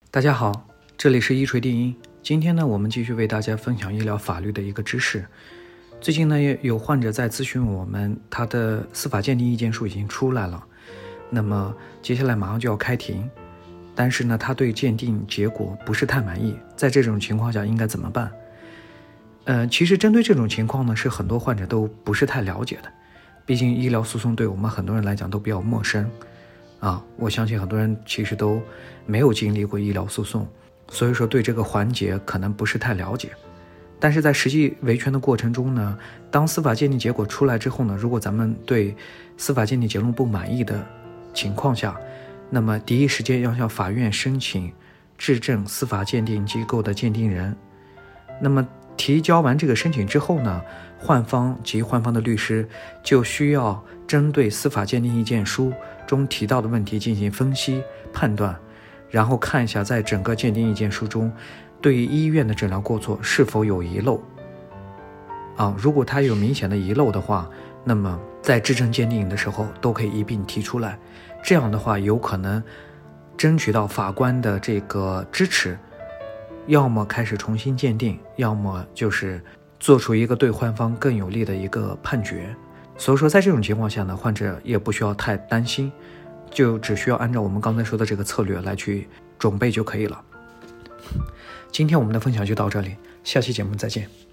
大家好，这里是一锤定音。今天呢，我们继续为大家分享医疗法律的一个知识。最近呢，有患者在咨询我们，他的司法鉴定意见书已经出来了，那么接下来马上就要开庭，但是呢，他对鉴定结果不是太满意，在这种情况下应该怎么办？其实针对这种情况呢，是很多患者都不是太了解的，毕竟医疗诉讼对我们很多人来讲都比较陌生。我相信很多人其实都没有经历过医疗诉讼，所以说对这个环节可能不是太了解。但是在实际维权的过程中呢，当司法鉴定结果出来之后呢，如果咱们对司法鉴定结论不满意的情况下，那么第一时间要向法院申请质证司法鉴定机构的鉴定人。那么提交完这个申请之后呢，患方及患方的律师就需要针对司法鉴定意见书中提到的问题进行分析判断，然后看一下在整个鉴定意见书中对于医院的诊疗过错是否有遗漏。如果它有明显的遗漏的话，那么在质证鉴定的时候都可以一并提出来，这样的话有可能争取到法官的这个支持，要么开始重新鉴定，要么就是做出一个对患方更有利的一个判决。所以说在这种情况下呢，患者也不需要太担心，就只需要按照我们刚才说的这个策略来去准备就可以了。今天我们的分享就到这里，下期节目再见。